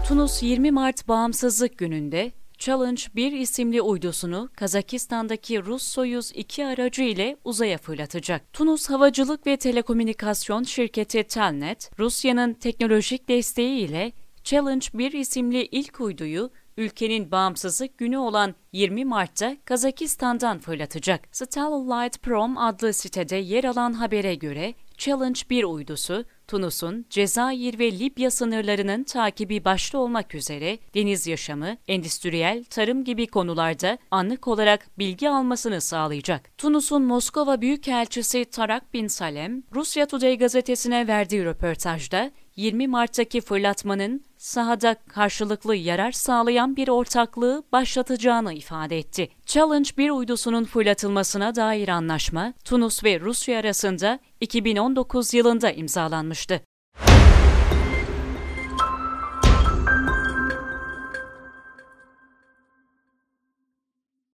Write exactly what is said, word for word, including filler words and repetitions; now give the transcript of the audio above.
Tunus yirmi Mart Bağımsızlık Günü'nde Challenge bir isimli uydusunu Kazakistan'daki Rus Soyuz iki aracı ile uzaya fırlatacak. Tunus Havacılık ve Telekomünikasyon şirketi Telnet, Rusya'nın teknolojik desteği ile Challenge bir isimli ilk uyduyu ülkenin bağımsızlık günü olan yirmi Mart'ta Kazakistan'dan fırlatacak. Starlight Prom adlı sitede yer alan habere göre Challenge bir uydusu, Tunus'un Cezayir ve Libya sınırlarının takibi başta olmak üzere deniz yaşamı, endüstriyel, tarım gibi konularda anlık olarak bilgi almasını sağlayacak. Tunus'un Moskova Büyükelçisi Tarak Bin Salem, Russia Today gazetesine verdiği röportajda yirmi Mart'taki fırlatmanın sahada karşılıklı yarar sağlayan bir ortaklığı başlatacağını ifade etti. Challenge bir uydusunun fırlatılmasına dair anlaşma Tunus ve Rusya arasında iki bin on dokuz yılında imzalanmıştı.